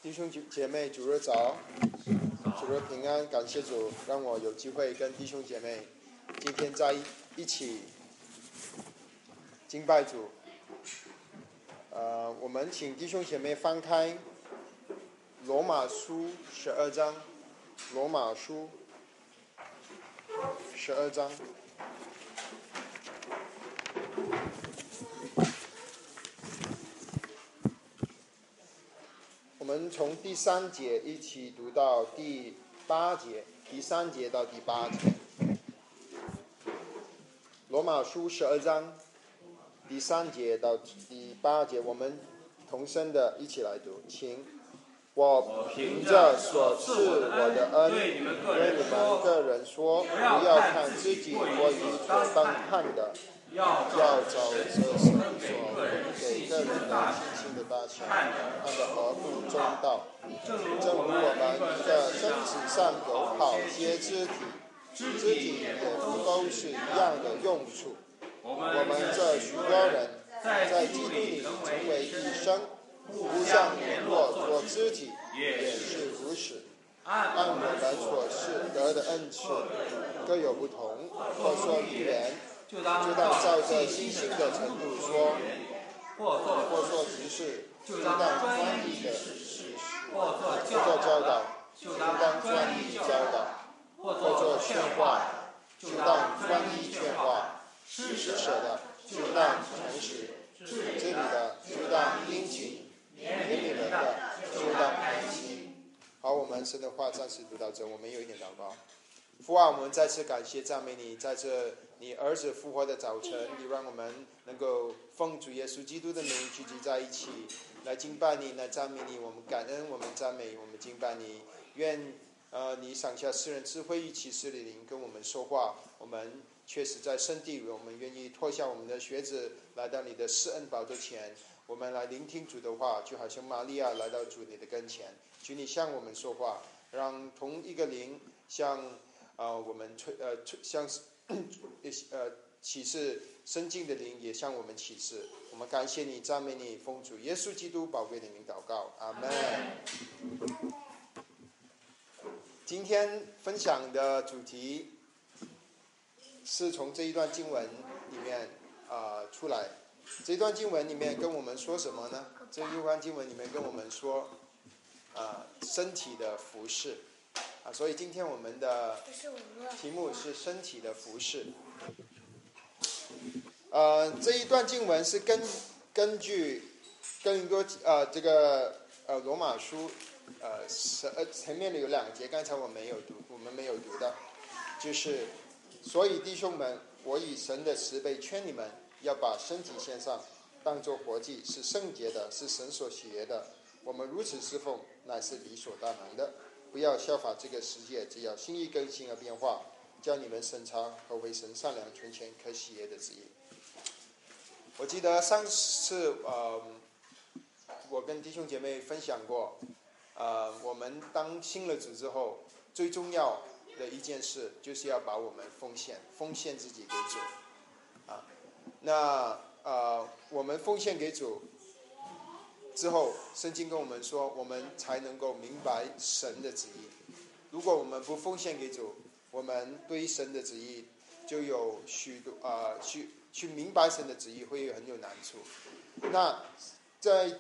弟兄姐妹，主日早，主日平安，感谢主，让我有机会跟弟兄姐妹今天在一起敬拜主。我们请弟兄姐妹翻开罗马书12章，罗马书12章。我们从第3节一起读到第8节，第3节到第8节。罗马书12章第3节到第8节，我们同声的一起来读，请。我凭着所赐我的恩，对你们个人说，不要看自己过于所当看的，要照着神所分给个人的信心的大小，看得合乎中道。正如我们的身体上有好些肢体，肢体也不都是一样的用处。我们这许多人在基督里成为一身，互相联络做肢体，也是如此。按我们所得的恩赐各有不同，或说语言，就当照着信心的程度说；或说执事，就当专一的实施；或做教导，就当专一教导；或做劝化，就当专一劝化；施舍的，就当诚实；治理的，就当殷勤；怜悯人的，就当爱心。好，我们神的话暂时读到这，我们有一点祷告。父啊，我们再次感谢赞美你，在这你儿子复活的早晨，你让我们能够奉主耶稣基督的名聚集在一起，来敬拜你，来赞美你。我们感恩，我们赞美，我们敬拜你。愿你赏下世人智慧与启示的灵跟我们说话。我们确实在圣地，我们愿意脱下我们的靴子，来到你的施恩宝座前，我们来聆听主的话，就好像玛利亚来到主你的跟前。求你向我们说话，让同一个灵向我们向启示圣经的灵也向我们启示。我们感谢你，赞美你，奉主耶稣基督宝贵的名祷告，阿们。今天分享的主题是从这一段经文里面出来。这一段经文里面跟我们说什么呢？这一段经文里面跟我们说身体的服饰所以今天我们的题目是身体的服饰。这一段经文是根据这个罗马书前面的有2节，刚才我们没有读的，就是所以弟兄们，我以神的慈悲劝你们，要把身体献上，当作活祭，是圣洁的，是神所喜悦的。我们如此侍奉，乃是理所当然的。不要效法这个世界，只要心意更新而变化，叫你们审查何为神善良、纯全、可喜悦的旨意。我记得上次我跟弟兄姐妹分享过，我们当信了主之后，最重要的一件事就是要把我们奉献自己给主那我们奉献给主之后，圣经跟我们说，我们才能够明白神的旨意。如果我们不奉献给主，我们对于神的旨意就有许多去明白神的旨意会很有难处。那在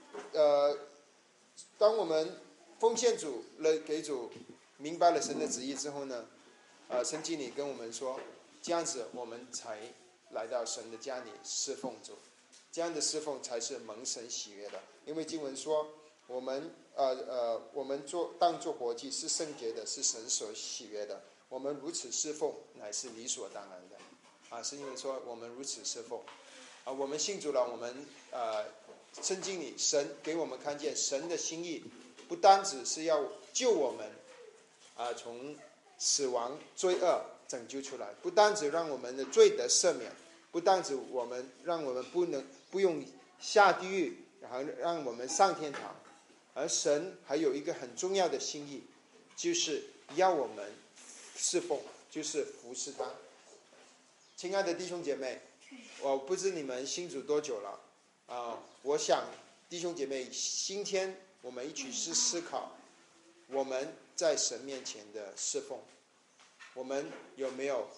当我们奉献主了给主，明白了神的旨意之后呢，圣经里跟我们说，这样子我们才来到神的家里侍奉主。这样的侍奉才是蒙神喜悦的，因为经文说我们当作活祭，是圣洁的，是神所喜悦的。我们如此侍奉，乃是理所当然的是因为说我们如此侍奉我们信主了，我们圣经里神给我们看见神的心意，不单只是要救我们从死亡罪恶拯救出来，不单只让我们的罪得赦免，不单只让我们不用下地狱，然后让我们上天堂，而神还有一个很重要的心意，就是要我们侍奉，就是服侍他。亲爱的弟兄姐妹，我不知你们信主多久了我想弟兄姐妹今天我们一起去思考我们在神面前的侍奉，我们有没有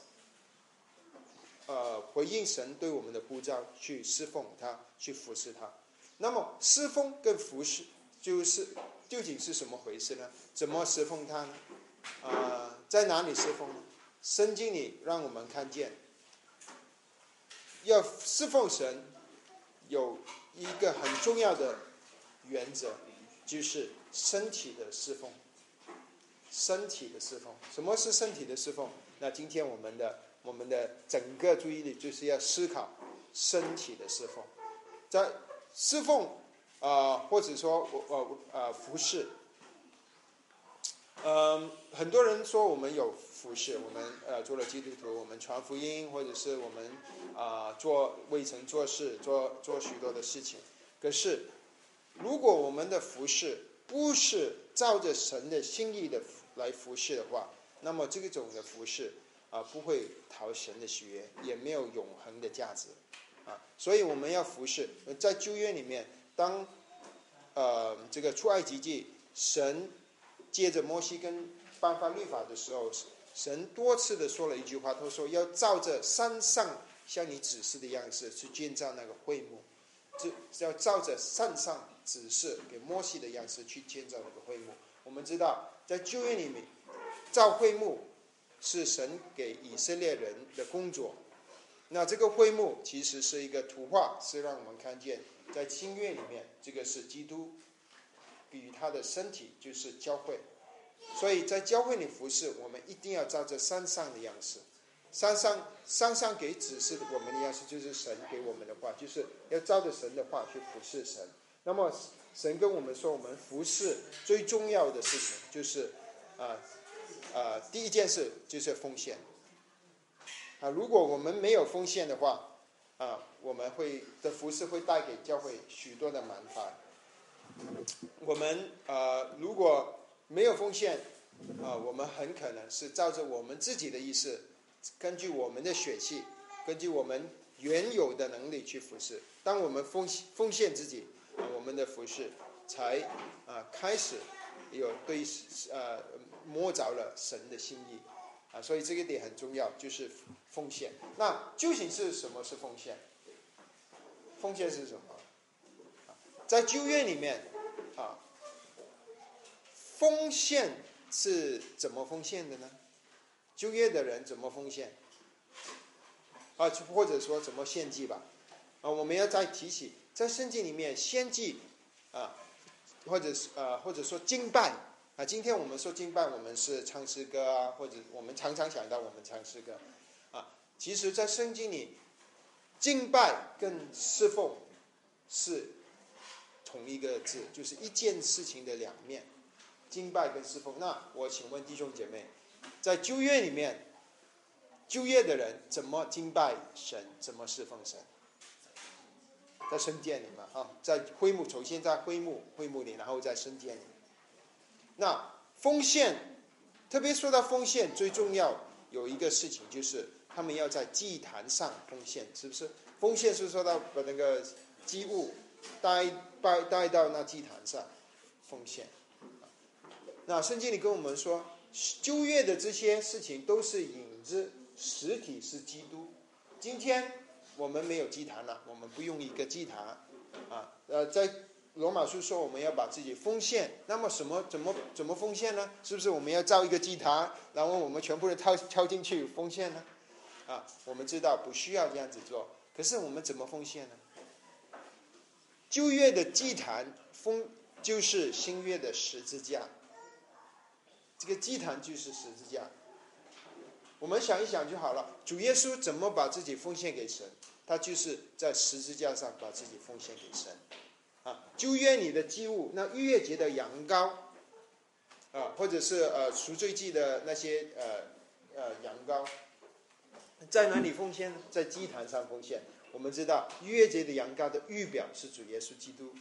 回应神对我们的呼召，去侍奉他，去服侍他。那么侍奉跟服侍究竟是什么回事呢？怎么侍奉他呢？在哪里侍奉呢？圣经里让我们看见，要侍奉神有一个很重要的原则，就是身体的侍奉。身体的侍奉，什么是身体的侍奉？那今天我们的整个注意力就是要思考身体的侍奉。在侍奉或者说服侍，很多人说我们有服侍，我们做了基督徒，我们传福音，或者是我们为神做事，做许多的事情。可是如果我们的服侍不是照着神的心意的来服侍的话，那么这种的服侍不会讨神的喜悦，也没有永恒的价值所以我们要服侍。在旧约里面，当这个出埃及记，神借着摩西跟颁发律法的时候，神多次的说了一句话，他说要照着山上向你指示的样式去建造那个会幕，要照着山上指示给摩西的样式去建造那个会幕。我们知道在旧约里面，造会幕是神给以色列人的工作。那这个会幕其实是一个图画，是让我们看见在新约里面，这个是基督与他的身体，就是教会。所以在教会里服侍，我们一定要照着山上的样式。山上给指示我们的样式，就是神给我们的话，就是要照着神的话去服侍神。那么神跟我们说，我们服侍最重要的事情就是第一件事就是奉献如果我们没有奉献的话我们的服侍会带给教会许多的麻烦。我们如果没有奉献我们很可能是照着我们自己的意思，根据我们的血气，根据我们原有的能力去服侍。当我们奉献自己我们的服侍才开始有摸着了神的心意所以这个点很重要，就是奉献。那究竟是什么是奉献？奉献是什么？在旧约里面奉献是怎么奉献的呢？旧约的人怎么奉献或者说怎么献祭吧我们要再提起，在圣经里面献祭或者说敬拜今天我们说敬拜，我们是唱诗歌或者我们常常想到我们唱诗歌其实在圣经里，敬拜跟侍奉是同一个字，就是一件事情的两面。敬拜跟侍奉，那我请问弟兄姐妹，在旧约里面，旧约的人怎么敬拜神，怎么侍奉神？在圣殿里嘛在会幕，首先在会幕里，然后在圣殿里。那奉献，特别说到奉献，最重要有一个事情，就是他们要在祭坛上奉献，是不是？奉献是说到把那个祭物带到那祭坛上奉献。那圣经里跟我们说，旧约的这些事情都是影子，实体是基督。今天我们没有祭坛了，我们不用一个祭坛在罗马书说我们要把自己奉献，那么怎么奉献呢？是不是我们要造一个祭坛，然后我们全部人跳进去奉献呢？我们知道不需要这样子做，可是我们怎么奉献呢？旧约的祭坛就是新约的十字架，这个祭坛就是十字架。我们想一想就好了，主耶稣怎么把自己奉献给神？他就是在十字架上把自己奉献给神旧约里的祭物，那逾越节的羊羔或者是赎罪祭的那些羊羔，在哪里奉献呢？在祭坛上奉献。我们知道逾越节的羊羔的预表是主耶稣基督。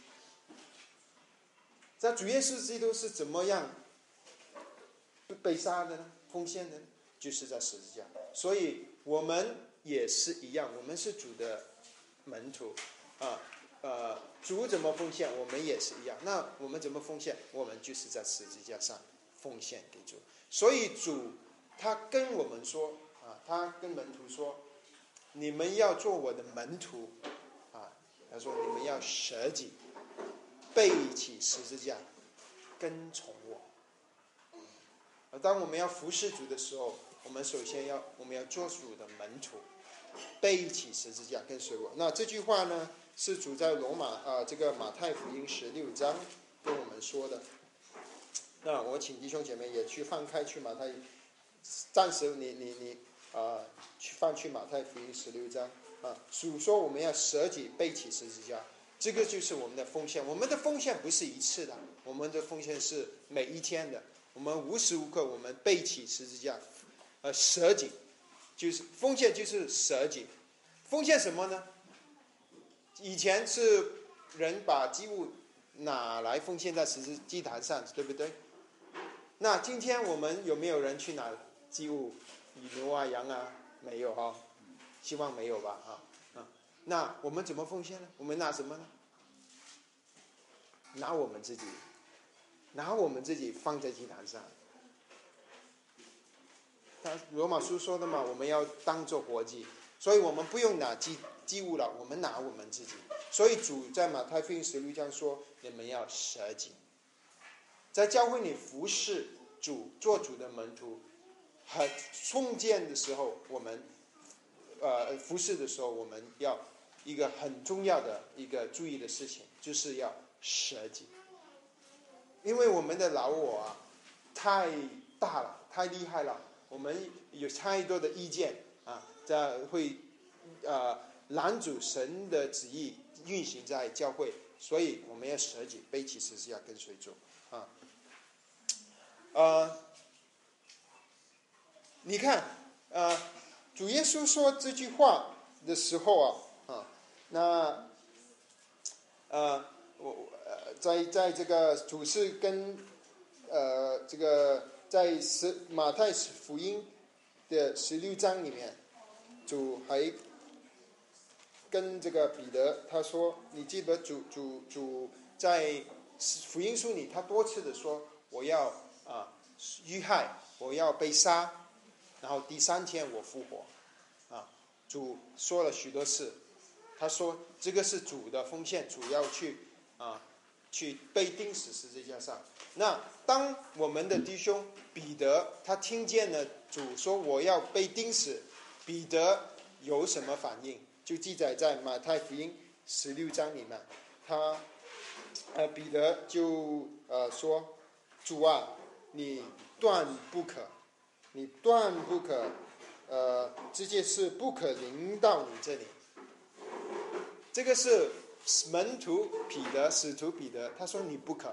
在主耶稣基督是怎么样被杀的呢？奉献的呢？就是在十字架。所以我们也是一样，我们是主的门徒主怎么奉献，我们也是一样。那我们怎么奉献？我们就是在十字架上奉献给主。所以主他跟我们说他跟门徒说，你们要做我的门徒他说你们要舍己，背起十字架，跟从我。当我们要服侍主的时候，我们首先我们要做主的门徒，背起十字架跟随我。那这句话呢，是主在这个马太福音16章跟我们说的。那我请弟兄姐妹也去翻开去马太，暂时你去马太福音16章主说我们要舍己背起十字架，这个就是我们的奉献。我们的奉献不是一次的，我们的奉献是每一天的。我们无时无刻我们背起十字架，舍己，就是奉献，就是舍己。奉献什么呢？以前是人把祭物拿来奉献在十字祭坛上，对不对？那今天我们有没有人去拿祭物，牛啊羊啊？没有希望没有吧那我们怎么奉献呢？我们拿什么呢？拿我们自己放在祭坛上。罗马书说的嘛，我们要当作活祭，所以我们不用拿祭物了，我们拿我们自己。所以主在马太福音16章说，你们要舍己。在教会里服侍主，做主的门徒，和奉献的时候，我们服侍的时候，我们要一个很重要的一个注意的事情，就是要舍己。因为我们的老我太大了，太厉害了，我们有太多的意见这会拦阻神的旨意运行在教会，所以我们要舍己，背起十字架跟随主你看主耶稣说这句话的时候那在这个主是跟这个在马太福音的16章里面，主还跟这个彼得他说，你记得主在福音书里他多次的说，我要遇害，我要被杀，然后第3天我复活主说了许多次，他说这个是主的奉献，主要去被钉死十字架上。那当我们的弟兄彼得他听见了主说我要被钉死，彼得有什么反应？就记载在马太福音16章里面，彼得就说，主你断不可这件事不可临到你这里。这个是门徒使徒彼得他说你不可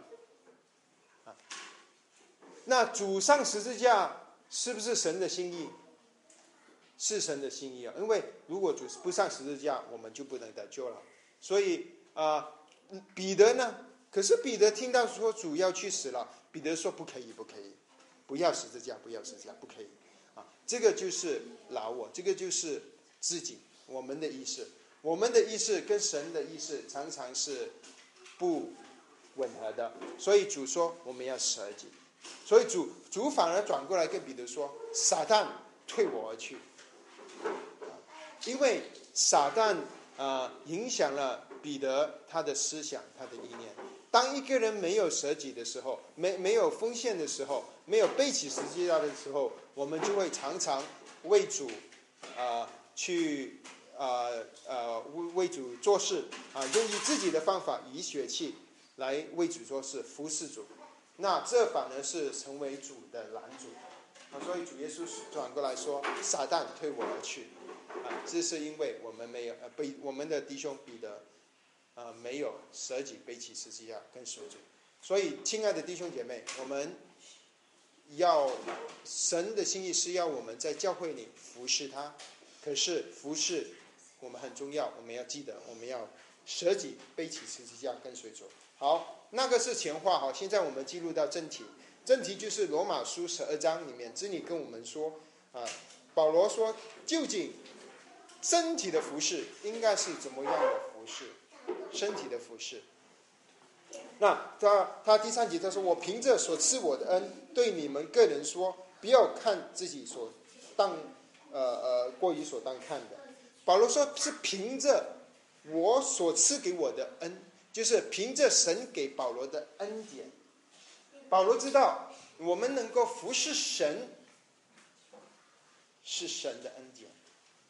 那主上十字架是不是神的心意？是神的心意因为如果主不上十字架，我们就不能得救了。所以彼得呢？可是彼得听到说主要去死了，彼得说不可以，不要十字架，不可以这个就是老我，这个就是自己，我们的意识跟神的意识常常是不吻合的，所以主说我们要舍己。所以主反而转过来跟彼得说，撒旦退我而去。因为撒旦影响了彼得他的思想，他的意念。当一个人没有舍己的时候，没有奉献的时候，没有背起十字架的时候，我们就会常常为主为主做事用以自己的方法，以血气来为主做事，服侍主。那这反而是成为主的拦阻所以主耶稣转过来说，撒旦退我而去这是因为我们没有我们的弟兄彼得没有舍己背起十字架跟随主。所以亲爱的弟兄姐妹，我们神的心意是要我们在教会里服侍他，可是服侍我们很重要，我们要记得我们要舍己背起十字架跟随主。好，那个是前话现在我们进入到正题。正题就是罗马书12章里面，这里跟我们说保罗说究竟身体的服事应该是怎么样的服事身体的服侍。那他第3节他说，我凭着所赐我的恩，对你们个人说，不要看自己所过于所当看的。保罗说是凭着我所赐给我的恩，就是凭着神给保罗的恩典。保罗知道我们能够服侍神是神的恩典。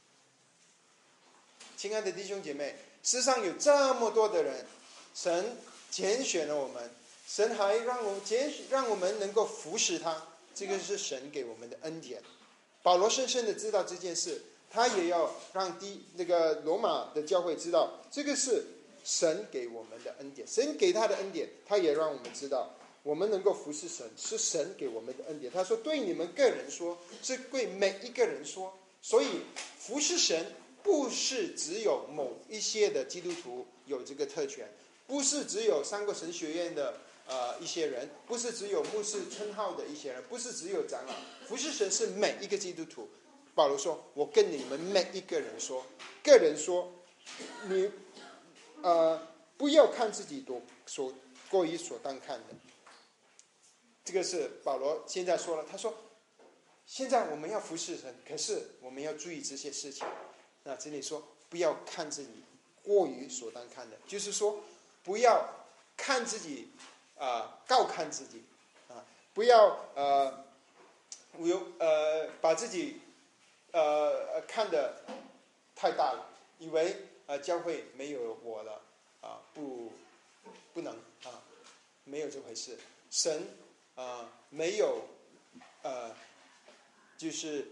亲爱的弟兄姐妹，世上有这么多的人，神拣选了我们，神还让我们能够服侍他，这个是神给我们的恩典。保罗深深的知道这件事，他也要让那个罗马的教会知道，这个是神给我们的恩典。神给他的恩典，他也让我们知道，我们能够服侍神是神给我们的恩典。他说对你们个人说，是对每一个人说。所以服侍神不是只有某一些的基督徒有这个特权，不是只有三国神学院的一些人，不是只有牧师称号的一些人，不是只有长老。服侍神是每一个基督徒。保罗说，我跟你们每一个人说，个人说，你不要看自己过于所当看的。这个是保罗现在说了，他说现在我们要服侍神，可是我们要注意这些事情。那这里说不要看自己过于所当看的，就是说不要看自己高看自己不要把自己看得太大了，以为教会没有我了不能没有这回事。神没有就是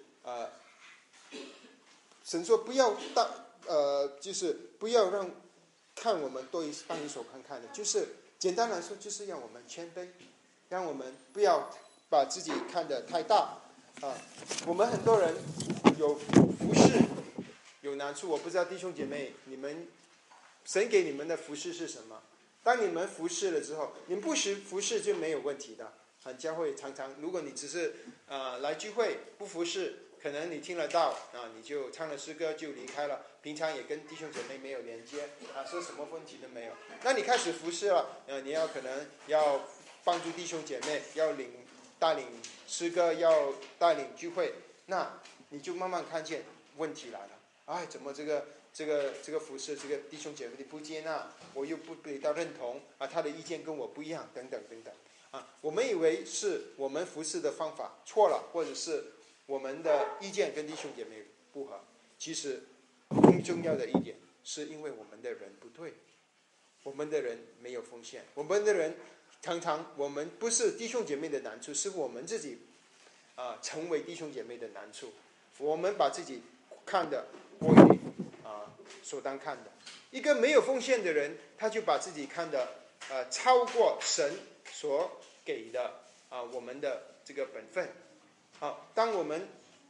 神说不要就是不要看我们当你所看的，就是简单来说，就是让我们谦卑，让我们不要把自己看得太大我们很多人有服侍有难处，我不知道弟兄姐妹，你们神给你们的服侍是什么？当你们服侍了之后，你们不服侍就没有问题的。教会常常，如果你只是来聚会不服侍，可能你听了道你就唱了诗歌就离开了，平常也跟弟兄姐妹没有连接说什么问题都没有。那你开始服侍了你可能要帮助弟兄姐妹，要带领诗歌，要带领聚会，那你就慢慢看见问题来了。怎么这个服侍这个弟兄姐妹不接纳，我又不给他认同他的意见跟我不一样，等等等等我们以为是我们服侍的方法错了，或者是我们的意见跟弟兄姐妹不合。其实更重要的一点，是因为我们的人不对，我们的人没有奉献，我们的人常常我们不是弟兄姐妹的难处，是我们自己成为弟兄姐妹的难处。我们把自己看得过于所当看的。一个没有奉献的人，他就把自己看得超过神所给的我们的这个本分。当我们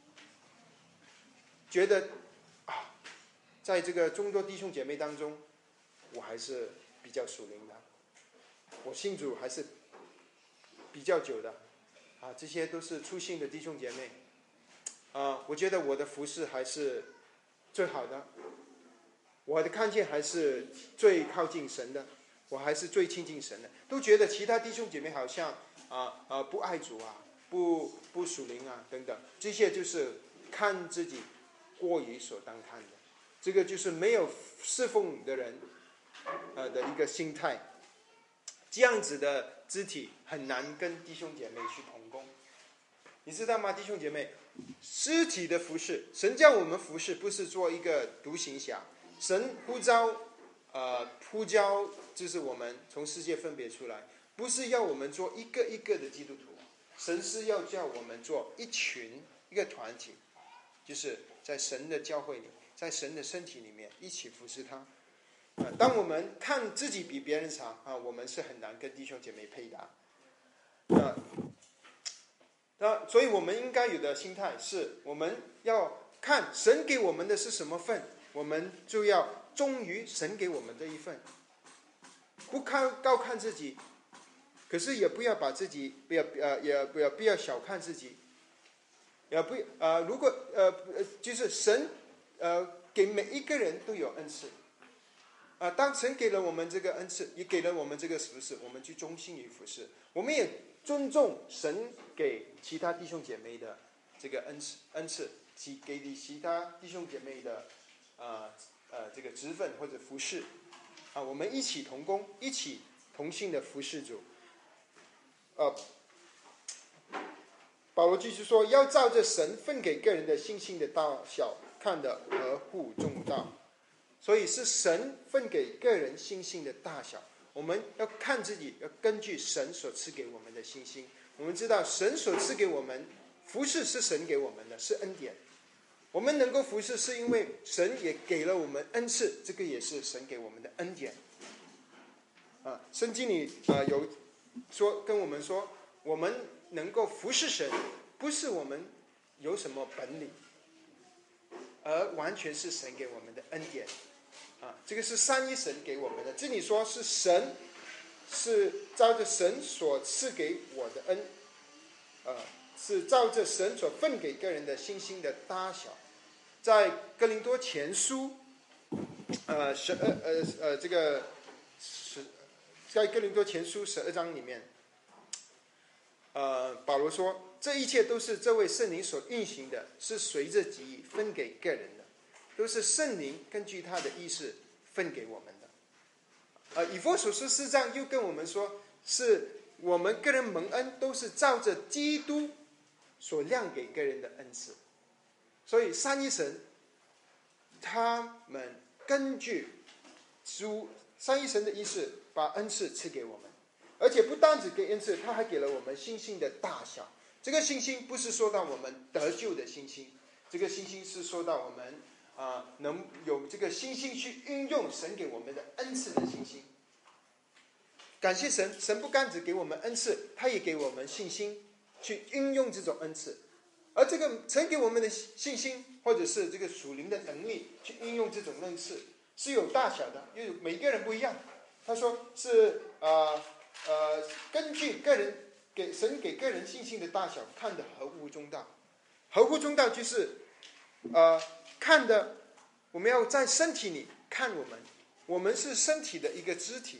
觉得在这个众多弟兄姐妹当中，我还是比较属灵的，我信主还是比较久的这些都是初信的弟兄姐妹我觉得我的服侍还是最好的，我的看见还是最靠近神的，我还是最亲近神的，都觉得其他弟兄姐妹好像不爱主不属灵等等，这些就是看自己过于所当看的，这个就是没有侍奉的人的一个心态。这样子的肢体很难跟弟兄姐妹去同工，你知道吗？弟兄姐妹，肢体的服侍，神叫我们服侍，不是做一个独行侠。神呼召就是我们从世界分别出来，不是要我们做一个一个的基督徒，神是要叫我们做一个团体，就是在神的教会里，在神的身体里面一起服侍他当我们看自己比别人强我们是很难跟弟兄姐妹配搭所以我们应该有的心态是，我们要看神给我们的是什么份，我们就要忠于神给我们的一份，不高看自己，可是也不要把自己不要小看自己，如果就是神给每一个人都有恩赐当神给了我们这个恩赐，也给了我们这个服事，我们去忠心于服事，我们也尊重神给其他弟兄姐妹的这个恩赐，给其他弟兄姐妹的这个职分或者服事，我们一起同工，一起同心的服事主。保罗继续说，要照着神分给个人的信心的大小看得合乎中道。所以是神分给个人信心的大小，我们要看自己，要根据神所赐给我们的信心。我们知道神所赐给我们服事是神给我们的，是恩典。我们能够服事是因为神也给了我们恩赐，这个也是神给我们的恩典。圣经里有跟我们说，我们能够服侍神，不是我们有什么本领，而完全是神给我们的恩典。这个是三一神给我们的。这里说是神，是照着神所赐给我的恩，是照着神所分给个人的信心的大小。在哥林多前书，在哥林多前书12章里面，保罗说，这一切都是这位圣灵所运行的，是随着己意分给个人的，都是圣灵根据他的意思分给我们的。以弗所书4章又跟我们说，是我们个人蒙恩都是照着基督所量给个人的恩赐。所以三一神他们根据三一神的意思把恩赐赐给我们，而且不单只给恩赐，他还给了我们信心的大小。这个信心不是说到我们得救的信心，这个信心是说到我们能有这个信心去运用神给我们的恩赐的信心。感谢神，神不单只给我们恩赐，他也给我们信心去运用这种恩赐。而这个神给我们的信心，或者是这个属灵的能力去运用这种恩赐，是有大小的，因为每个人不一样。他说是根据个人神给个人信心的大小看得合乎中道。合乎中道就是看的，我们要在身体里看我们是身体的一个肢体。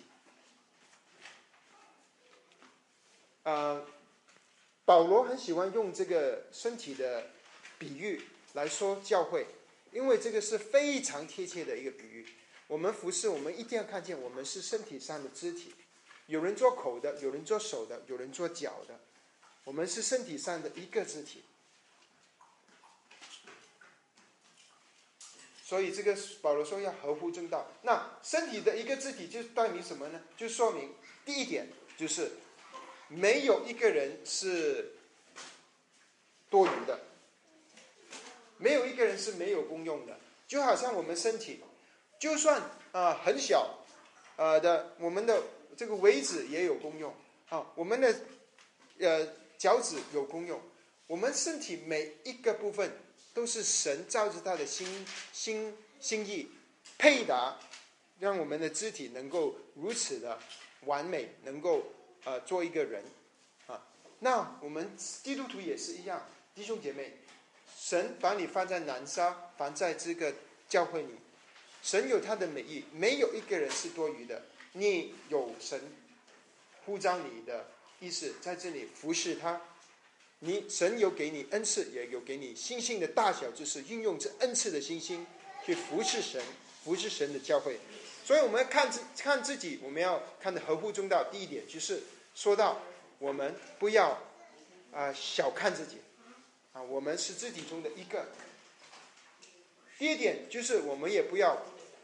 保罗很喜欢用这个身体的比喻来说教会，因为这个是非常贴切的一个比喻。我们服侍，我们一定要看见我们是身体上的肢体，有人做口的，有人做手的，有人做脚的，我们是身体上的一个肢体。所以这个保罗说要合乎正道。那身体的一个肢体就代表什么呢？就说明第一点就是没有一个人是多余的，没有一个人是没有功用的。就好像我们身体就算很小我们的这个尾指也有功用，我们的脚趾有功用。我们身体每一个部分都是神照着他的心意配搭，让我们的肢体能够如此的完美，能够做一个人。那我们基督徒也是一样，弟兄姐妹，神把你放在南沙，放在这个教会里，神有他的美意，没有一个人是多余的。你有神呼召你的意思，在这里服侍他，神有给你恩赐，也有给你信心的大小，就是运用这恩赐的信心去服侍神的教会。所以我们要看自己，我们要看得合乎中道。第一点就是说到我们不要小看自己，我们是肢体中的一个。第二点就是我们也不要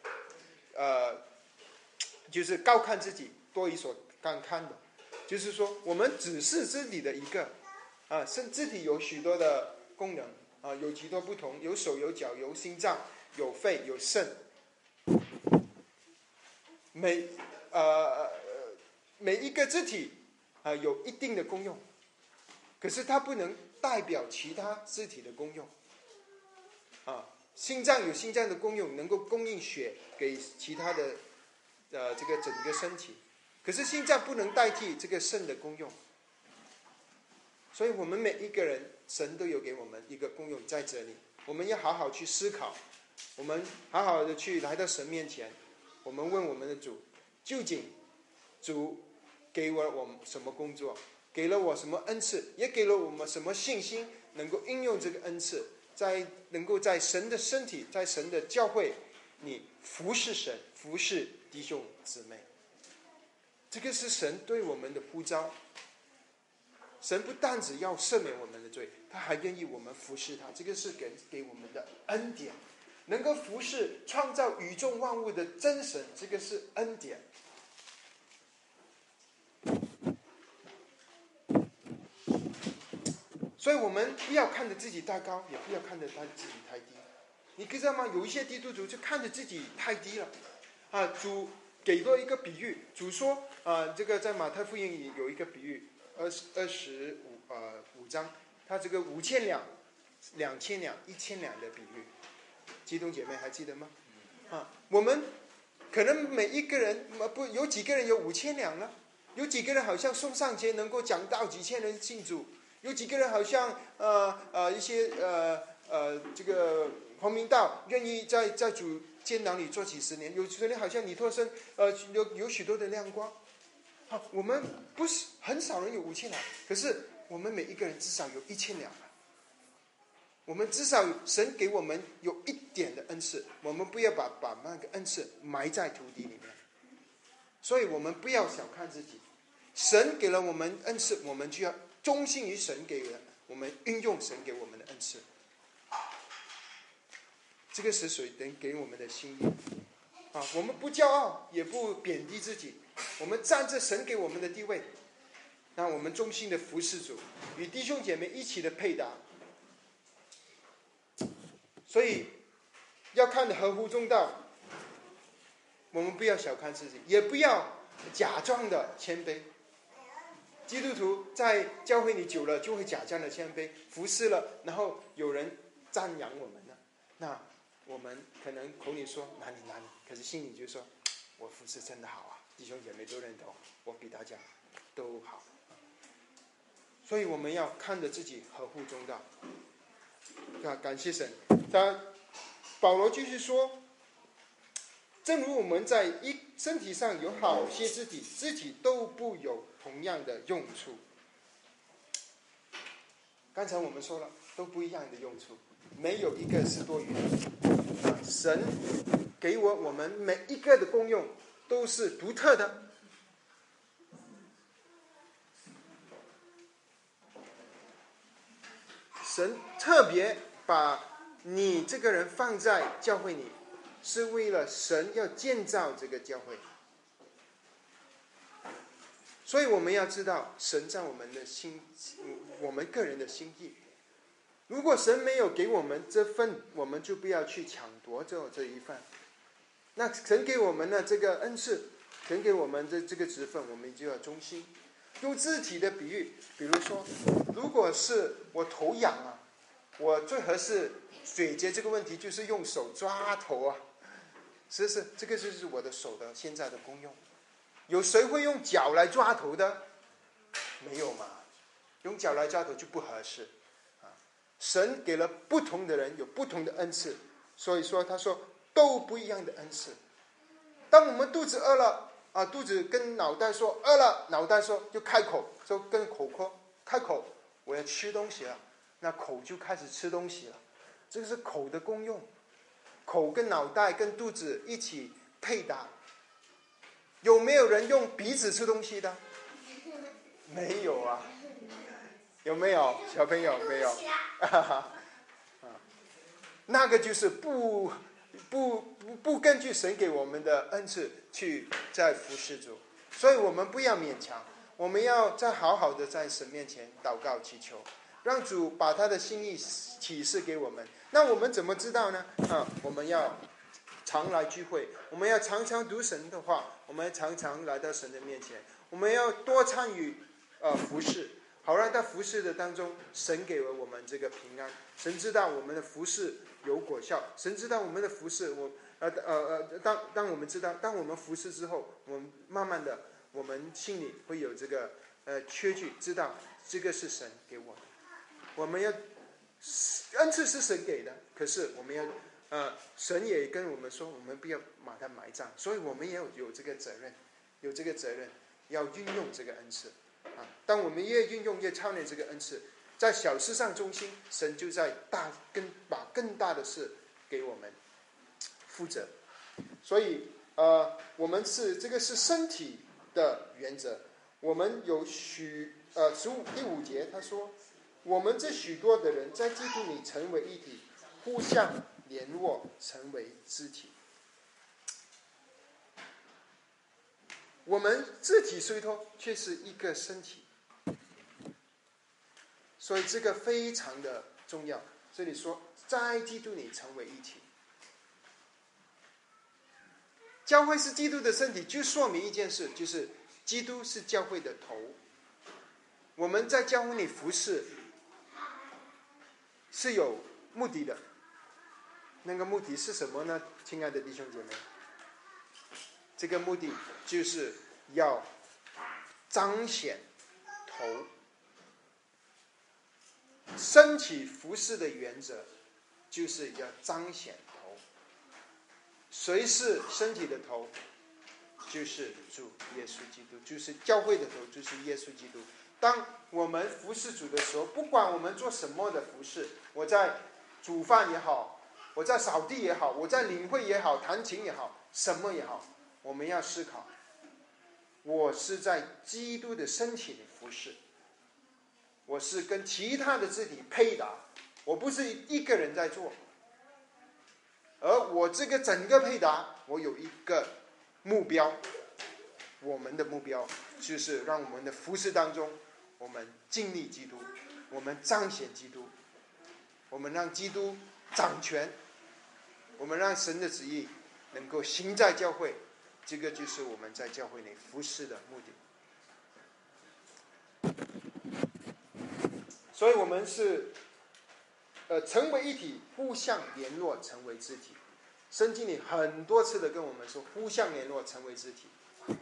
就是高看自己，多于所高看的，就是说我们只是肢体的一个肢体有许多的功能有许多不同，有手有脚有心脏有肺有肾，每一个肢体有一定的功用，可是它不能代表其他肢体的功用。心脏有心脏的功用，能够供应血给其他的这个整个身体，可是心脏不能代替这个肾的功用。所以我们每一个人，神都有给我们一个功用在这里，我们要好好去思考，我们好好的去来到神面前， 我们问我们的主，究竟主给我们什么工作，给了我什么恩赐，也给了我们什么信心，能够应用这个恩赐，能够在神的身体，在神的教会，你服侍神，服侍弟兄姊妹。这个是神对我们的呼召。神不但只要赦免我们的罪，他还愿意我们服侍他，这个是给我们的恩典。能够服侍创造宇宙万物的真神，这个是恩典。所以我们不要看着自己太高，也不要看着自己太低。你知道吗？有一些基督徒就看着自己太低了啊！主给过一个比喻，主说这个在马太福音里有一个比喻，25章，他这个5000两、2000两、1000两的比喻，基督姐妹还记得吗？我们可能每一个人有几个人有5000两呢？有几个人好像送上前能够讲到几千人信主？有几个人好像一些这个黄明道愿意在主监堂里做几十年？有几个人好像尼托生有许多的亮光。我们不是很少人有5000两，可是我们每一个人至少有1000两。我们至少神给我们有一点的恩赐，我们不要把那个恩赐埋在土地里面。所以我们不要小看自己，神给了我们恩赐，我们就要忠心于神给的，我们运用神给我们的恩赐。这个是谁能给我们的心意我们不骄傲，也不贬低自己，我们站着神给我们的地位，那我们忠心的服侍主，与弟兄姐妹一起的配搭。所以要看得合乎中道，我们不要小看自己，也不要假装的谦卑。基督徒在教会里久了，就会假装的谦卑，服侍了，然后有人赞扬我们了，那我们可能口里说哪里，可是心里就说，我服侍真的好啊，弟兄姐妹都认同，我比大家都好。所以我们要看着自己合乎中道。感谢神。保罗继续说，正如我们在身体上有好些肢体都不有同样的用处。刚才我们说了，都不一样的用处，没有一个是多余的。神给我们每一个的功用都是独特的。神特别把你这个人放在教会里，是为了神要建造这个教会。所以我们要知道神在我们的我们个人的心意。如果神没有给我们这份，我们就不要去抢夺这一份。那神给我们的这个恩赐，神给我们的这个职分，我们就要忠心。用肢体的比喻，比如说，如果是我头痒我最合适解决这个问题就是用手抓头是这个就是我的手的现在的功用。有谁会用脚来抓头的？没有嘛，用脚来抓头就不合适神给了不同的人有不同的恩赐，所以说他说都不一样的恩赐。当我们肚子饿了肚子跟脑袋说饿了，脑袋说就开口，就跟口说开口，我要吃东西了，那口就开始吃东西了。这个是口的功用，口跟脑袋跟肚子一起配搭。有没有人用鼻子吃东西的？没有有没有小朋友？没有那个就是不根据神给我们的恩赐去在服侍主。所以我们不要勉强，我们要再好好的在神面前祷告祈求，让主把他的心意启示给我们。那我们怎么知道呢？我们要常来聚会，我们要常常读神的话，我们常常来到神的面前，我们要多参与服侍，好让在服侍的当中，神给了我们这个平安。神知道我们的服侍有果效，神知道我们的服侍，当我们知道，当我们服侍之后，我们慢慢的，我们心里会有这个缺据，知道这个是神给我们。我们要恩赐是神给的，可是我们要神也跟我们说，我们不要把它埋葬，所以我们也有这个责任，要运用这个恩赐当我们越运用越操练这个恩赐，在小事上忠心，神就在把更大的事给我们负责。所以我们这个是身体的原则。我们有第5节他说，我们这许多的人在基督里成为一体，互相联络，成为肢体。我们肢体虽多，却是一个身体，所以这个非常的重要。这里说在基督里成为一体，教会是基督的身体，就说明一件事，就是基督是教会的头。我们在教会里服侍是有目的的，那个目的是什么呢？亲爱的弟兄姐妹，这个目的就是要彰显头。身体服侍的原则就是要彰显头。谁是身体的头？就是主耶稣基督，就是教会的头，就是耶稣基督。当我们服侍主的时候，不管我们做什么的服侍，我在煮饭也好，我在扫地也好，我在领会也好，弹琴也好，什么也好，我们要思考，我是在基督的身体里服侍，我是跟其他的肢体配搭，我不是一个人在做，而我这个整个配搭，我有一个目标，我们的目标就是让我们的服侍当中，我们经历基督，我们彰显基督，我们让基督掌权，我们让神的旨意能够行在教会，这个就是我们在教会里服侍的目的。所以我们是成为一体，互相联络，成为肢体。圣经里很多次的跟我们说，互相联络，成为肢体。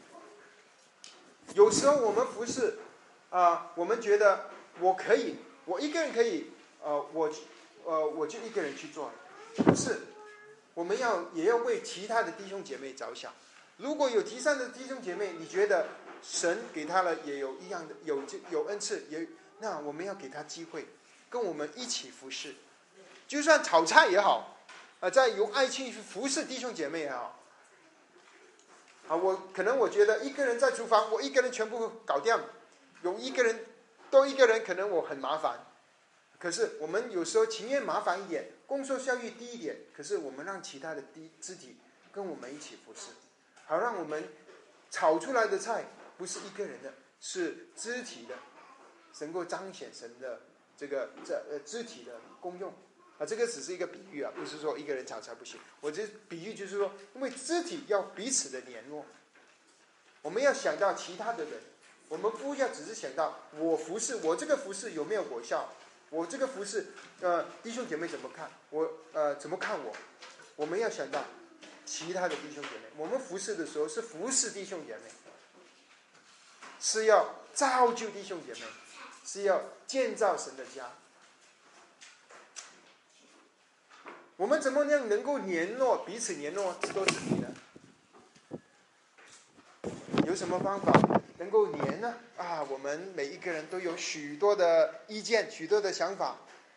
有时候我们服侍我们觉得我可以，我一个人可以，我就一个人去做。不是，我们也要为其他的弟兄姐妹着想。如果有提倡的弟兄姐妹，你觉得神给他了也有一样的有恩赐，那我们要给他机会，跟我们一起服侍。就算炒菜也好，在用爱心去服侍弟兄姐妹也好。我觉得一个人在厨房，我一个人全部搞定，有多一个人可能我很麻烦。可是我们有时候情愿麻烦一点，工作效率低一点，可是我们让其他的肢体跟我们一起服侍，好让我们炒出来的菜不是一个人的，是肢体的，能够彰显神的这个肢体的功用。这个只是一个比喻不是说一个人炒菜不行。我这比喻就是说，因为肢体要彼此的联络，我们要想到其他的人，我们不要只是想到我服侍，我这个服侍有没有果效，我这个服侍弟兄姐妹怎么看，怎么看我，我们要想到其他的弟兄姐妹。我们服侍的时候是服侍弟兄姐妹，是要造就弟兄姐妹，是要建造神的家。我们怎么样能够彼此联络多肢体呢？有什么方法能够连呢？我们每一个人都有许多的意见，许多的想法。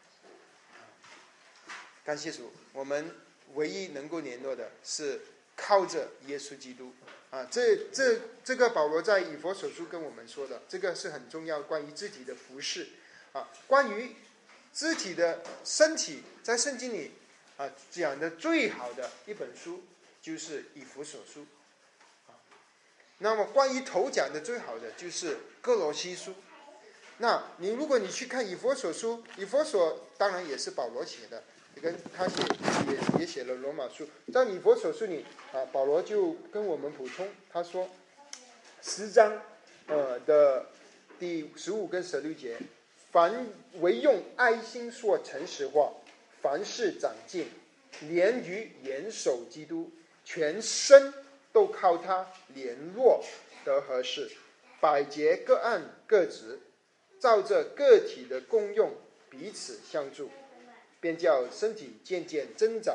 感谢主，我们唯一能够联络的是靠着耶稣基督这个保罗在以弗所书跟我们说的，这个是很重要，关于肢体的服事关于肢体的身体，在圣经里讲的最好的一本书就是以弗所书那么关于头讲的最好的就是哥罗西书。那如果你去看以弗所书，以弗所当然也是保罗写的，跟他也写了罗马书。在以弗所书里保罗就跟我们补充，他说10章的第15跟16节，凡唯用爱心说诚实话，凡事长进，连于严守基督，全身都靠他联络得合适，百节各按各职，照着个体的功用彼此相助，便叫身体渐渐增长，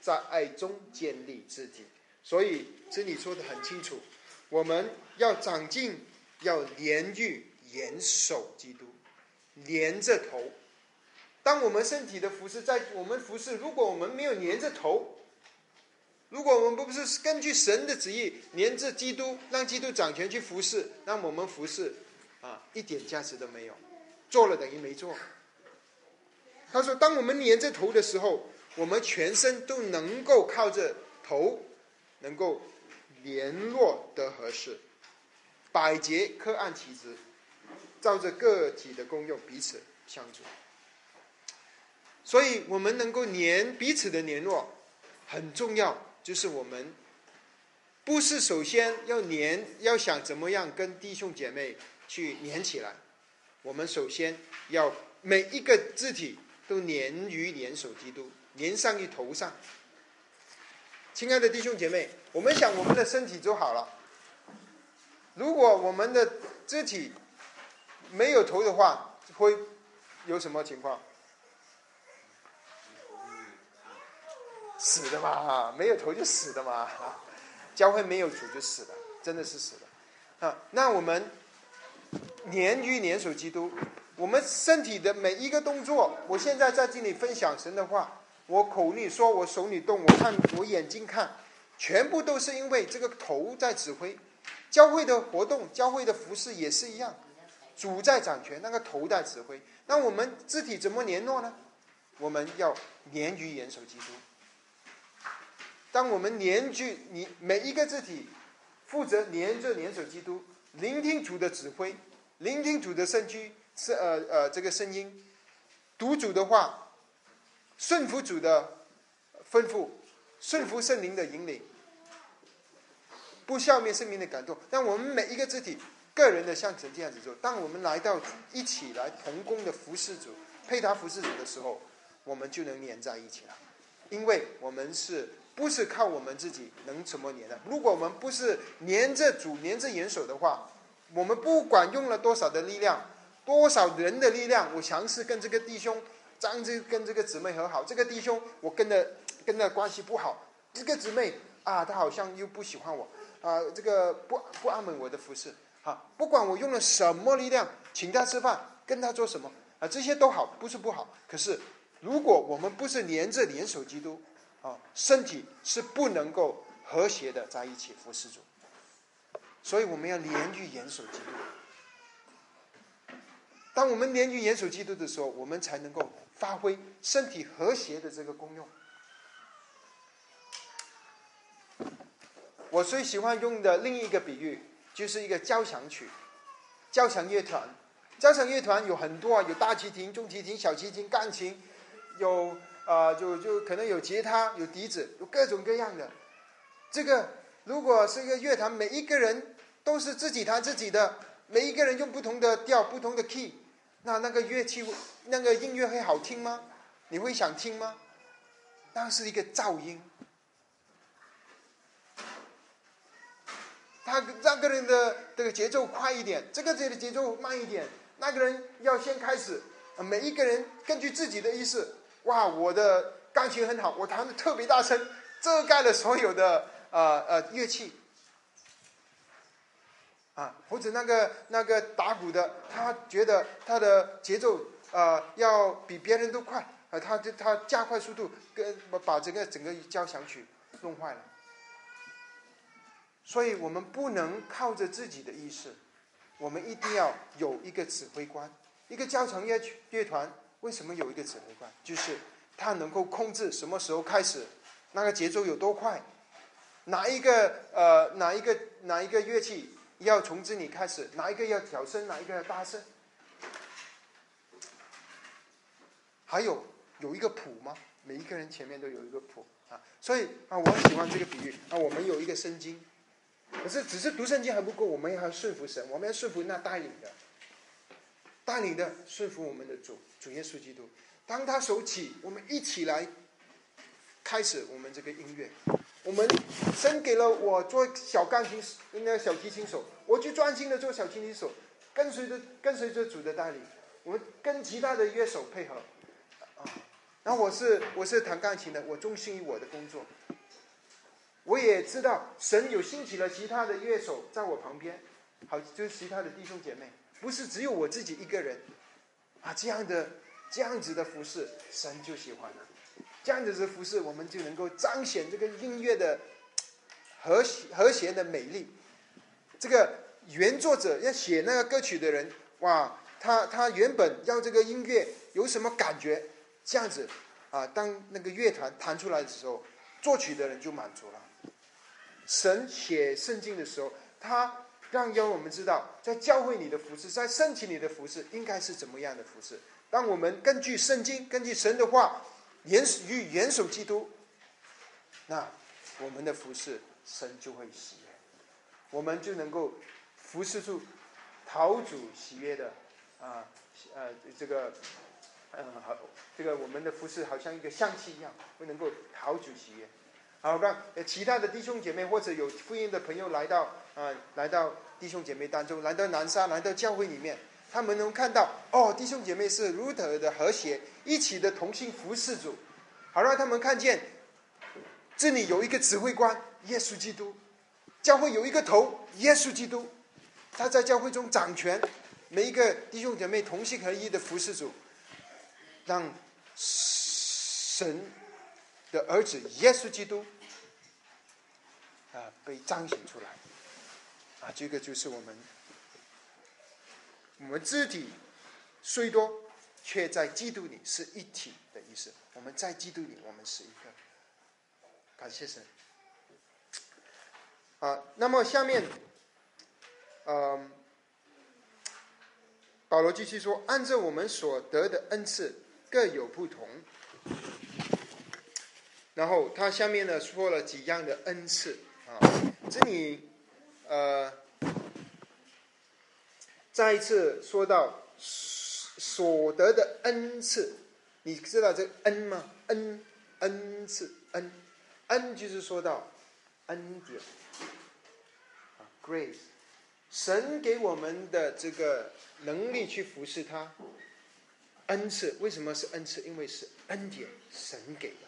在爱中建立肢体。所以这里说的很清楚，我们要长进，要连续严守基督，连着头。当我们身体的服侍，在我们服侍，如果我们没有连着头，如果我们不是根据神的旨意连着基督，让基督掌权去服侍，那我们服侍一点价值都没有，做了等于没做。他说当我们连着头的时候，我们全身都能够靠着头能够联络得合适，百节各按其职，照着个体的功用彼此相助。所以我们能够彼此的联络很重要，就是我们不是首先要想怎么样跟弟兄姐妹去连起来，我们首先要每一个肢体都联手基督，连上于头上。亲爱的弟兄姐妹，我们想我们的身体就好了，如果我们的肢体没有头的话，会有什么情况？死的嘛，没有头就死的嘛。教会没有主就死的，真的是死的。那我们联手基督，我们身体的每一个动作，我现在在这里分享神的话，我口里说，我手里动，我看，我眼睛看，全部都是因为这个头在指挥。教会的活动，教会的服事也是一样，主在掌权，那个头在指挥。那我们肢体怎么联络呢？我们要联手基督。当我们每一个肢体负责连手基督，聆听主的指挥，聆听主的这个声音，读主的话，顺服主的吩咐，顺服圣灵的引领，不消灭圣灵的感动。让我们每一个肢体个人的像成这样子做。当我们来到一起来同工的服侍主，配搭服侍主的时候，我们就能连在一起了。因为我们不是靠我们自己能怎么连的？如果我们不是连着主、连着元首的话，我们不管用了多少的力量，多少人的力量，我尝试跟这个弟兄跟这个姊妹和好，这个弟兄我跟他关系不好，这个姊妹他好像又不喜欢我这个不安稳我的服侍不管我用了什么力量，请他吃饭，跟他做什么这些都好，不是不好。可是如果我们不是连手基督身体是不能够和谐的在一起服侍主。所以我们要联手基督。当我们联手基督的时候，我们才能够发挥身体和谐的这个功用。我最喜欢用的另一个比喻就是一个交响曲，交响乐团。交响乐团有很多有大提琴、中提琴、小提琴、钢琴，有就可能有吉他、有笛子，有各种各样的。这个如果是一个乐团，每一个人都是自己弹自己的，每一个人用不同的调、不同的 key， 那个乐器、那个音乐会好听吗？你会想听吗？那是一个噪音。那个人的这个节奏快一点，这个节奏慢一点，那个人要先开始。每一个人根据自己的意思，哇，我的钢琴很好，我弹得特别大声，遮盖了所有的乐器或者那个打鼓的，他觉得他的节奏要比别人都快他加快速度，把整个交响曲弄坏了。所以我们不能靠着自己的意识，我们一定要有一个指挥官。一个交响乐团为什么有一个指挥官？就是他能够控制什么时候开始，那个节奏有多快，哪一个乐器要从这里开始，哪一个要小声，哪一个要大声。还有一个谱吗？每一个人前面都有一个谱所以我很喜欢这个比喻我们有一个圣经，可是只是读圣经还不够，我们要顺服神，我们要顺服那带领的顺服我们的主耶稣基督。当他手起，我们一起来开始我们这个音乐。我们神给了我做小提琴手，我就专心的做小提琴手，跟随着主的带领，我们跟其他的乐手配合然后我是弹钢琴的，我忠心于我的工作。我也知道神有兴起了其他的乐手在我旁边，好，就是其他的弟兄姐妹，不是只有我自己一个人啊。这样子的服侍，神就喜欢了。这样子的服侍，我们就能够彰显这个音乐的和谐的美丽。这个原作者要写那个歌曲的人，哇，他原本要这个音乐有什么感觉，这样子啊，当那个乐团弹出来的时候，作曲的人就满足了。神写圣经的时候，他让我们知道，在教会里的服事，在身体里的服事应该是怎么样的服事。当我们根据圣经，根据神的话，元首基督，那我们的服事神就会喜悦，我们就能够服事出讨主喜悦的这个我们的服事好像一个香气一样，会能够讨主喜悦。好，让其他的弟兄姐妹或者有福音的朋友来到弟兄姐妹当中，来到南沙，来到教会里面，他们能看到弟兄姐妹是如何的和谐，一起的同心服侍主。好，让他们看见这里有一个指挥官耶稣基督，教会有一个头耶稣基督，他在教会中掌权，每一个弟兄姐妹同心合一的服侍主，让神的儿子耶稣基督被彰显出来这个就是我们肢体虽多，却在基督里是一体的意思。我们在基督里，我们是一个。感谢神。那么下面，保罗继续说，按照我们所得的恩赐各有不同。然后他下面呢说了几样的恩赐这里再一次说到所得的恩赐，你知道这恩吗？恩赐，恩就是说到恩典grace， 神给我们的这个能力去服侍他。恩赐为什么是恩赐？因为是恩典，神给的。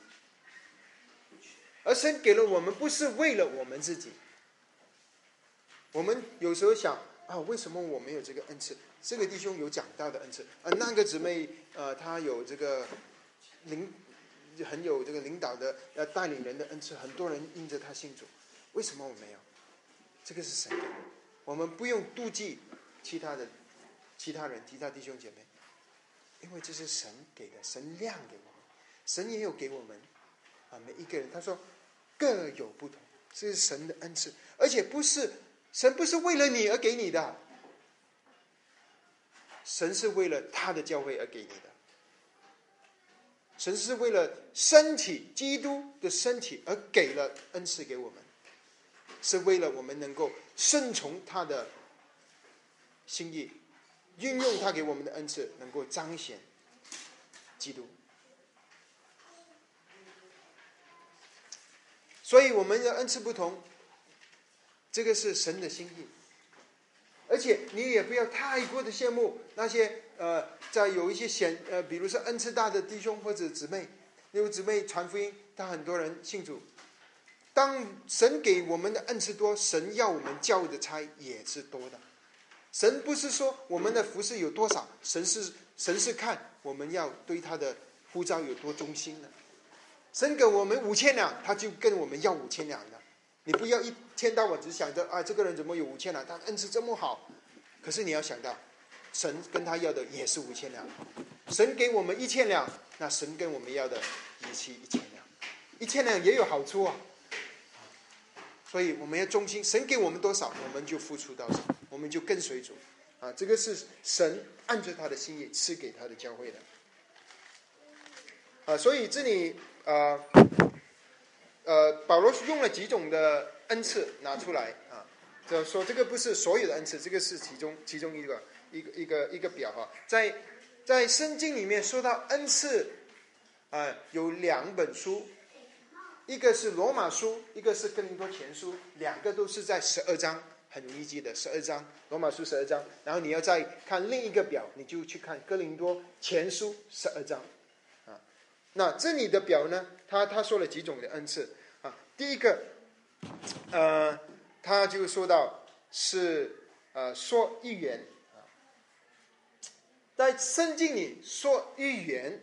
而神给了我们，不是为了我们自己。我们有时候想为什么我没有这个恩赐？这个弟兄有讲到的恩赐，那个姊妹她有这个很有这个领导的带领人的恩赐，很多人因着她信主。为什么我没有？这个是神给的，我们不用妒忌其他人、其他弟兄姐妹，因为这是神给的，神量给我们，神也有给我们每一个人。他说各有不同，这是神的恩赐，而且神不是为了你而给你的，神是为了他的教会而给你的。神是为了身体，基督的身体而给了恩赐给我们，是为了我们能够顺从他的心意，运用他给我们的恩赐，能够彰显基督。所以我们的恩赐不同，这个是神的心意。而且你也不要太过的羡慕那些在有一些比如说恩赐大的弟兄或者姊妹，有姊妹传福音，他很多人信主。当神给我们的恩赐多，神要我们教的差也是多的。神不是说我们的服事有多少，神是看我们要对他的呼召有多忠心的。神给我们5000两，他就跟我们要5000两的。你不要一天到晚只想着这个人怎么有5000两，他恩赐这么好。可是你要想到，神跟他要的也是5000两。神给我们1000两，那神跟我们要的也是1000两。1000两也有好处啊。所以我们要忠心，神给我们多少，我们就付出多少，我们就跟随主这个是神按照他的心意赐给他的教会的所以这里保罗用了几种的恩赐拿出来就说这个不是所有的恩赐，这个是其中一个表在圣经里面说到恩赐有2本书，一个是罗马书，一个是哥林多前书，两个都是在12章，很容易记得12章，罗马书12章。然后你要再看另一个表，你就去看哥林多前书12章那这里的表呢，他说了几种的恩赐啊。第一个，他就说到是说预言啊，在圣经里说预言，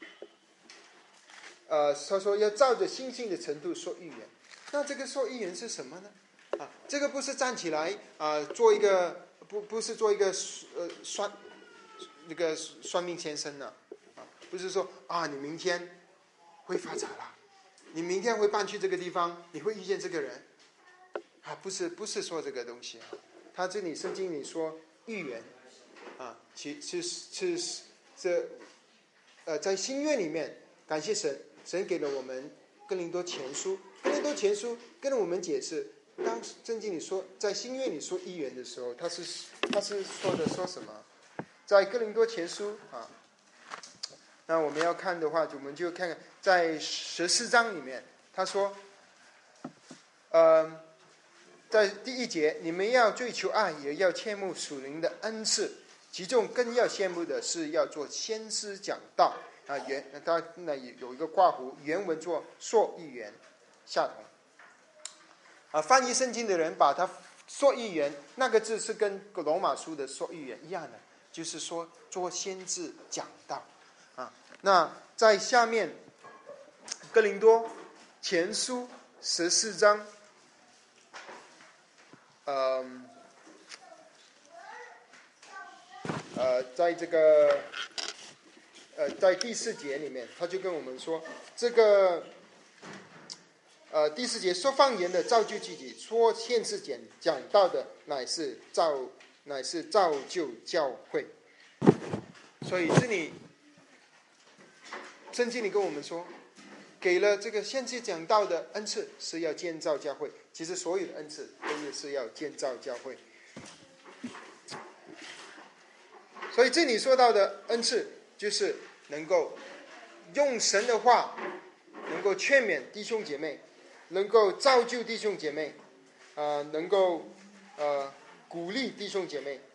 他说要照着星星的程度说预言。那这个说预言是什么呢？啊，这个不是站起来做一个不是做一个算命先生呢，不是说你明天会发财了，你明天会搬去这个地方，你会遇见这个人不是说这个东西他这里圣经里说预言在新约里面，感谢神给了我们哥林多前书跟我们解释，当圣经里说在新约里说预言的时候，他是说什么？在哥林多前书那我们要看的话，我们就看看在14章里面，他说在第1节，你们要追求爱，也要切慕属灵的恩赐，其中更要羡慕的是要做先知讲道他那有一个括弧，原文做说预言下同翻译圣经的人把它说预言那个字是跟罗马书的说预言一样的，就是说做先知讲道那在下面哥林多前书14章在这个在第4节里面，他就跟我们说，这个第4节说方言的造就自己，说先知讲道的乃是造就教会。所以这里圣经里跟我们说，给了这个先知讲道的恩赐是要建造教会，其实所有的恩赐都是要建造教会。所以这里说到的恩赐就是能够用神的话能够劝勉弟兄姐妹，能够造就弟兄姐妹能够鼓励弟兄姐妹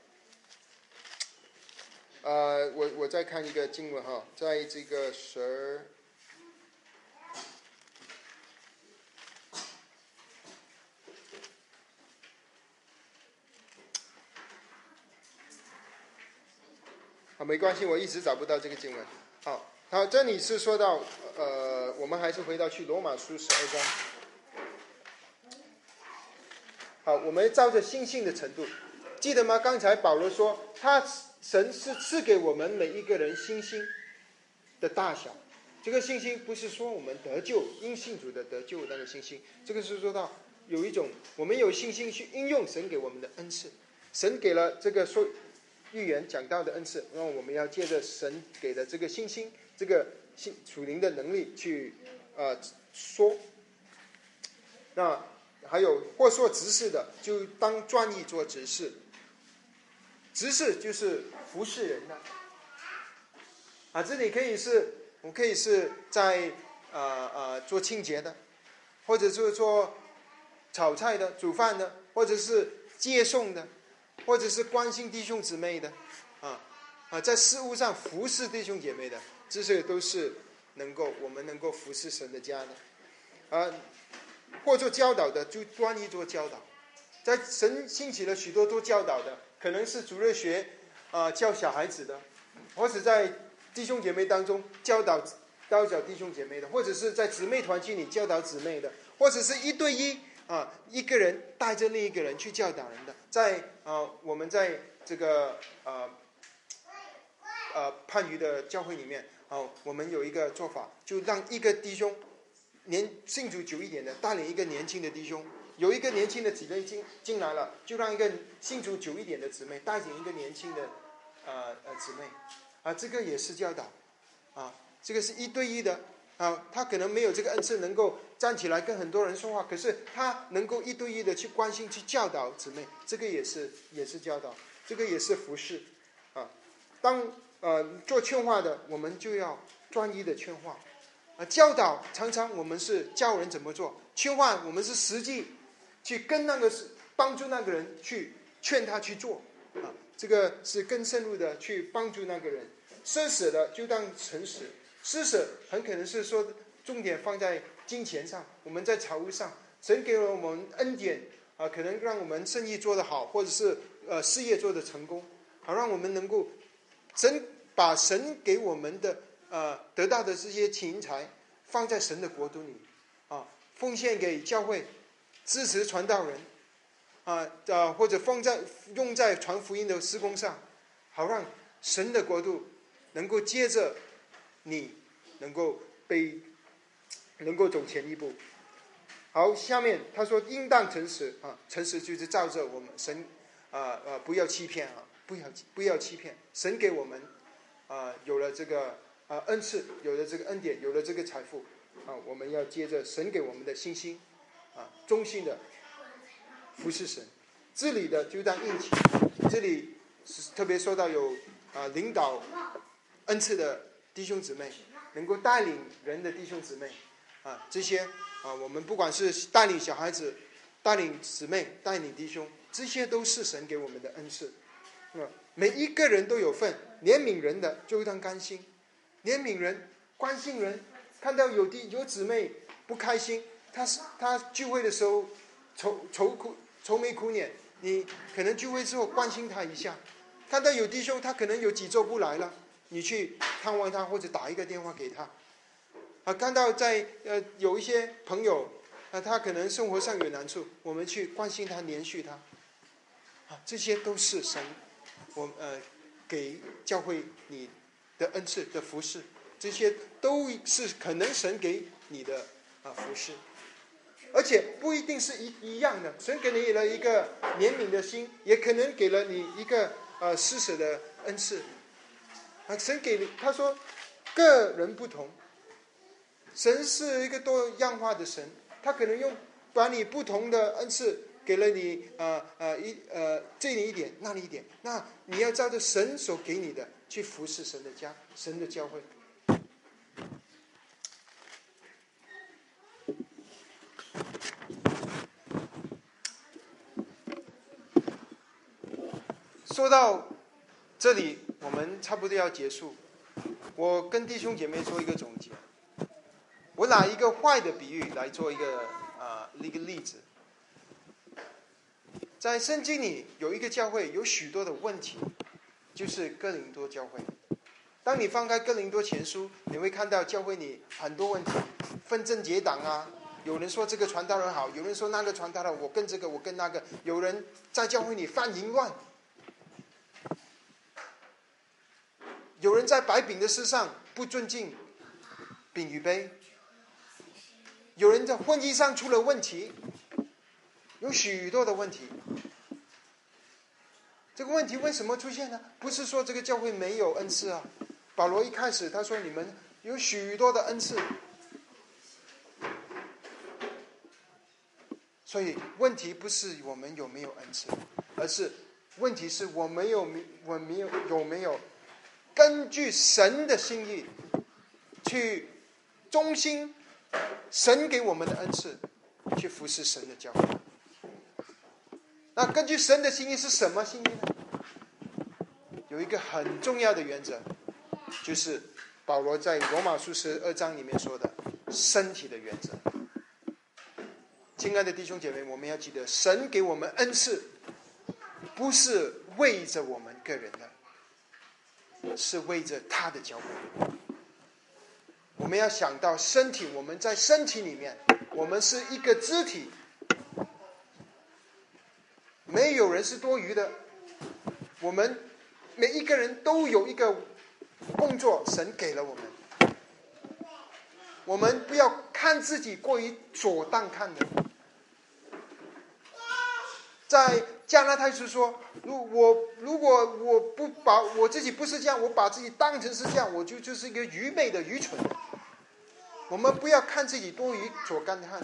我再看一个经文在这个没关系，我一直找不到这个经文。好，这里是说到我们还是回到去罗马书12章。好，我们照着信心的程度，记得吗？刚才保罗说神是赐给我们每一个人信心的大小，这个信心不是说我们得救因信主的得救那个信心，这个是说到有一种我们有信心去应用神给我们的恩赐，神给了这个说预言讲道的恩赐，那我们要借着神给的这个信心，这个属灵的能力去说。那还有或说执事的，就当专一做执事。执事就是服侍人的这里我可以是在做清洁的，或者是做炒菜的、煮饭的，或者是接送的，或者是关心弟兄姊妹的在事务上服侍弟兄姐妹的，这些都是我们能够服侍神的家的或做教导的，就专一做教导。在神兴起了许多做教导的，可能是主日学教小孩子的，或者在弟兄姐妹当中教导弟兄姐妹的，或者是在姊妹团体里教导姊妹的，或者是一对一一个人带着另一个人去教导人的。在我们在这个番禺的教会里面我们有一个做法，就让一个弟兄信主久一点的带领一个年轻的弟兄，有一个年轻的姊妹进来了，就让一个信主久一点的姊妹带领一个年轻的姊妹这个也是教导这个是一对一的他可能没有这个恩赐能够站起来跟很多人说话，可是他能够一对一的去关心去教导姊妹，这个也是教导，这个也是服侍当做劝化的，我们就要专一的劝化教导常常我们是教人怎么做，劝化我们是实际去跟帮助那个人去劝他去做这个是更深入的去帮助那个人。奢侈的就当诚实施舍很可能是说重点放在金钱上，我们在财务上，神给了我们恩典可能让我们生意做得好，或者是事业做得成功，好让我们能够把神给我们的得到的这些钱财放在神的国度里奉献给教会，支持传道人或者用在传福音的事工上，好让神的国度能够接着你能够走前一步。好，下面他说应当诚实诚实就是照着我们神不要欺骗不要欺骗。神给我们有了这个恩赐，有了这个恩典，有了这个财富我们要接着神给我们的信心忠心的服侍神。治理的就当应勤，这里特别说到有领导恩赐的弟兄姊妹，能够带领人的弟兄姊妹这些我们不管是带领小孩子，带领姊妹，带领弟兄，这些都是神给我们的恩赐每一个人都有份。怜悯人的就当甘心，怜悯人，关心人，看到有姊妹不开心，他聚会的时候愁眉苦脸，你可能聚会之后关心他一下。看到有弟兄他可能有几周不来了，你去探望他，或者打一个电话给他看到有一些朋友他可能生活上有难处，我们去关心他，连续他这些都是神给教会你的恩赐的服事，这些都是可能神给你的服事，而且不一定是一样的。神给你了一个怜悯的心，也可能给了你一个施舍的恩赐神给你，他说个人不同，神是一个多样化的神，他可能把你不同的恩赐给了你这里一点那里一点，那你要照着神所给你的去服侍神的家，神的教会。说到这里我们差不多要结束，我跟弟兄姐妹做一个总结。我拿一个坏的比喻来做一个例子。在圣经里有一个教会有许多的问题，就是哥林多教会。当你翻开哥林多前书，你会看到教会里很多问题，纷争结党有人说这个传道人好，有人说那个传道人我跟这个我跟那个，有人在教会里犯淫乱，有人在摆饼的事上不尊敬饼与杯，有人在婚姻上出了问题，有许多的问题。这个问题为什么出现呢？不是说这个教会没有恩赐保罗一开始他说你们有许多的恩赐，所以问题不是我们有没有恩赐，而是问题是我们有没有根据神的心意去忠心神给我们的恩赐，去服侍神的教会。那根据神的心意是什么心意呢？有一个很重要的原则，就是保罗在罗马书12章里面说的身体的原则。亲爱的弟兄姐妹，我们要记得神给我们恩赐不是为着我们个人的，是为着他的教会。我们要想到身体，我们在身体里面我们是一个肢体，没有人是多余的，我们每一个人都有一个工作，神给了我们。我们不要看自己过于左当看的。在加拉太书说，如果我不把我自己不是这样，我把自己当成是这样，我就是一个愚昧的愚蠢的。我们不要看自己多于左干看。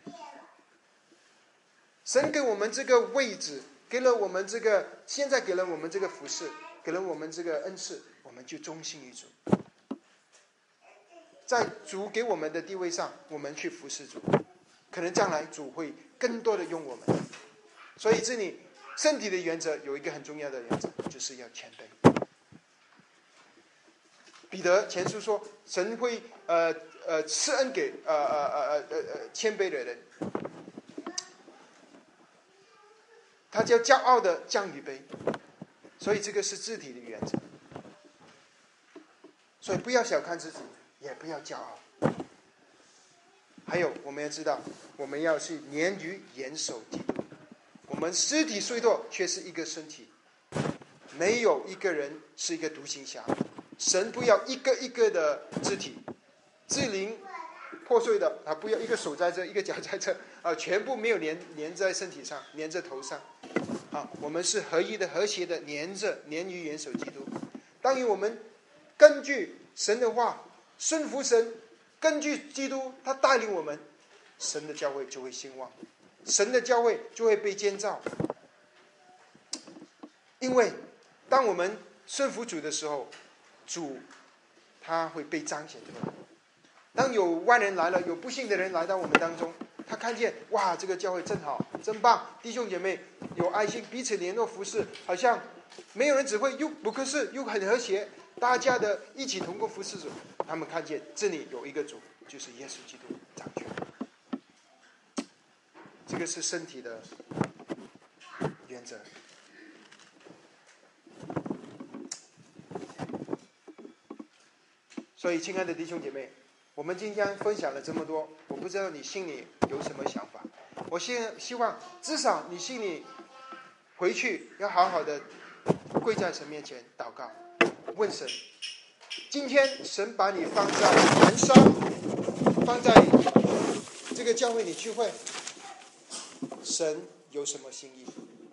神给我们这个位置，给了我们这个，现在给了我们这个服事，给了我们这个恩赐，我们就忠心于主。在主给我们的地位上，我们去服侍主，可能将来主会更多的用我们。所以这里身体的原则有一个很重要的原则，就是要谦卑。 彼得前书说，神会赐恩给谦卑的人，他叫骄傲的降于卑，所以这个是肢体的原则。所以不要小看自己，也不要骄傲。还有，我们要知道，我们要去连于严守基督。我们肢体衰弱，却是一个身体，没有一个人是一个独行侠。神不要一个一个的肢体，肢灵破碎的，他不要一个手在这，一个脚在这，全部没有连在身体上，连在头上。我们是合一的、和谐的，连于严守基督。当于我们根据神的话，顺服神，根据基督他带领我们，神的教会就会兴旺，神的教会就会被建造。因为当我们顺服主的时候，主他会被彰显出来。当有外人来了，有不幸的人来到我们当中，他看见哇，这个教会真好，真棒，弟兄姐妹有爱心，彼此联络服侍，好像没有人指挥，可是又很和谐，大家的一起同工服侍主。他们看见这里有一个主，就是耶稣基督掌权。这个是身体的原则。所以亲爱的弟兄姐妹，我们今天分享了这么多，我不知道你心里有什么想法。我希望至少你心里回去要好好的跪在神面前祷告，问神，今天神把你放在燃烧，放在这个教会里聚会，神有什么心意？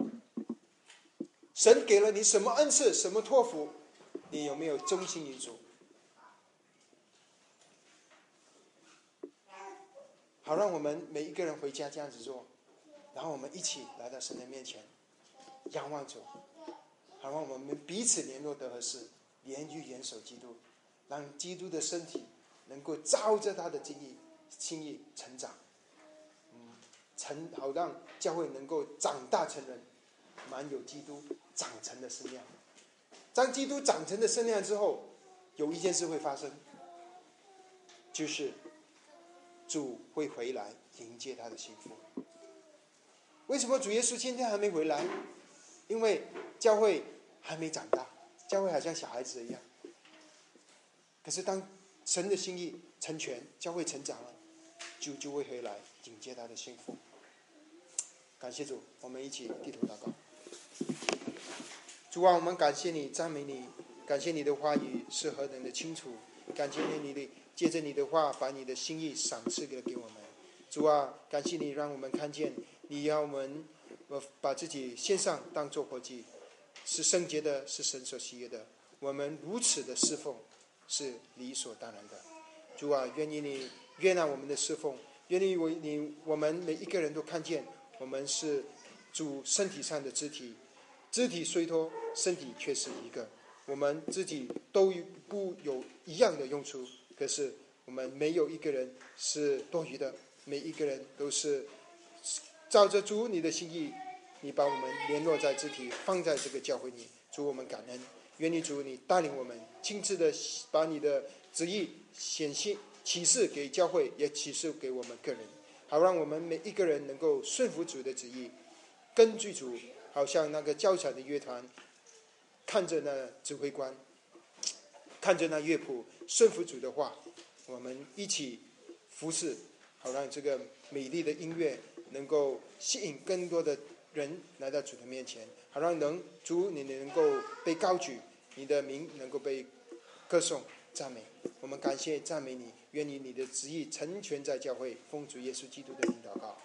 神给了你什么恩赐，什么托付，你有没有忠心于主？好，让我们每一个人回家这样子做，然后我们一起来到神的面前，仰望主，好，让我们彼此联络得合适，连于严守基督，让基督的身体能够照着他的心意成长，好让教会能够长大成人，满有基督长成的身量。当基督长成的身量之后，有一件事会发生，就是主会回来迎接他的幸福。为什么主耶稣今天还没回来？因为教会还没长大，教会好像小孩子一样。可是当神的心意成全，教会成长了，主就会回来迎接他的幸福。感谢主，我们一起低头祷告。主啊，我们感谢你，赞美你，感谢你的话语是何等的清楚，感谢你借着你的话把你的心意赏赐给我们。主啊，感谢你让我们看见你要我们把自己献上当作活祭，是圣洁的，是神所喜悦的。我们如此的侍奉是理所当然的。主啊，愿意你悦纳我们的侍奉，愿意我们每一个人都看见我们是主身体上的肢体，肢体虽多，身体却是一个。我们自己都不有一样的用处，可是我们没有一个人是多余的，每一个人都是照着主你的心意，你把我们联络在肢体，放在这个教会里。主，我们感恩，愿你主你带领我们，亲自的把你的旨意启示给教会，也启示给我们个人，好让我们每一个人能够顺服主的旨意，根据主，好像那个教产的乐团看着那指挥官，看着那乐谱，顺服主的话，我们一起服侍，好让这个美丽的音乐能够吸引更多的人来到主的面前，好让主你能够被高举，你的名能够被歌颂赞美。我们感谢赞美你，愿意你的旨意成全在教会，奉主耶稣基督的名祷告。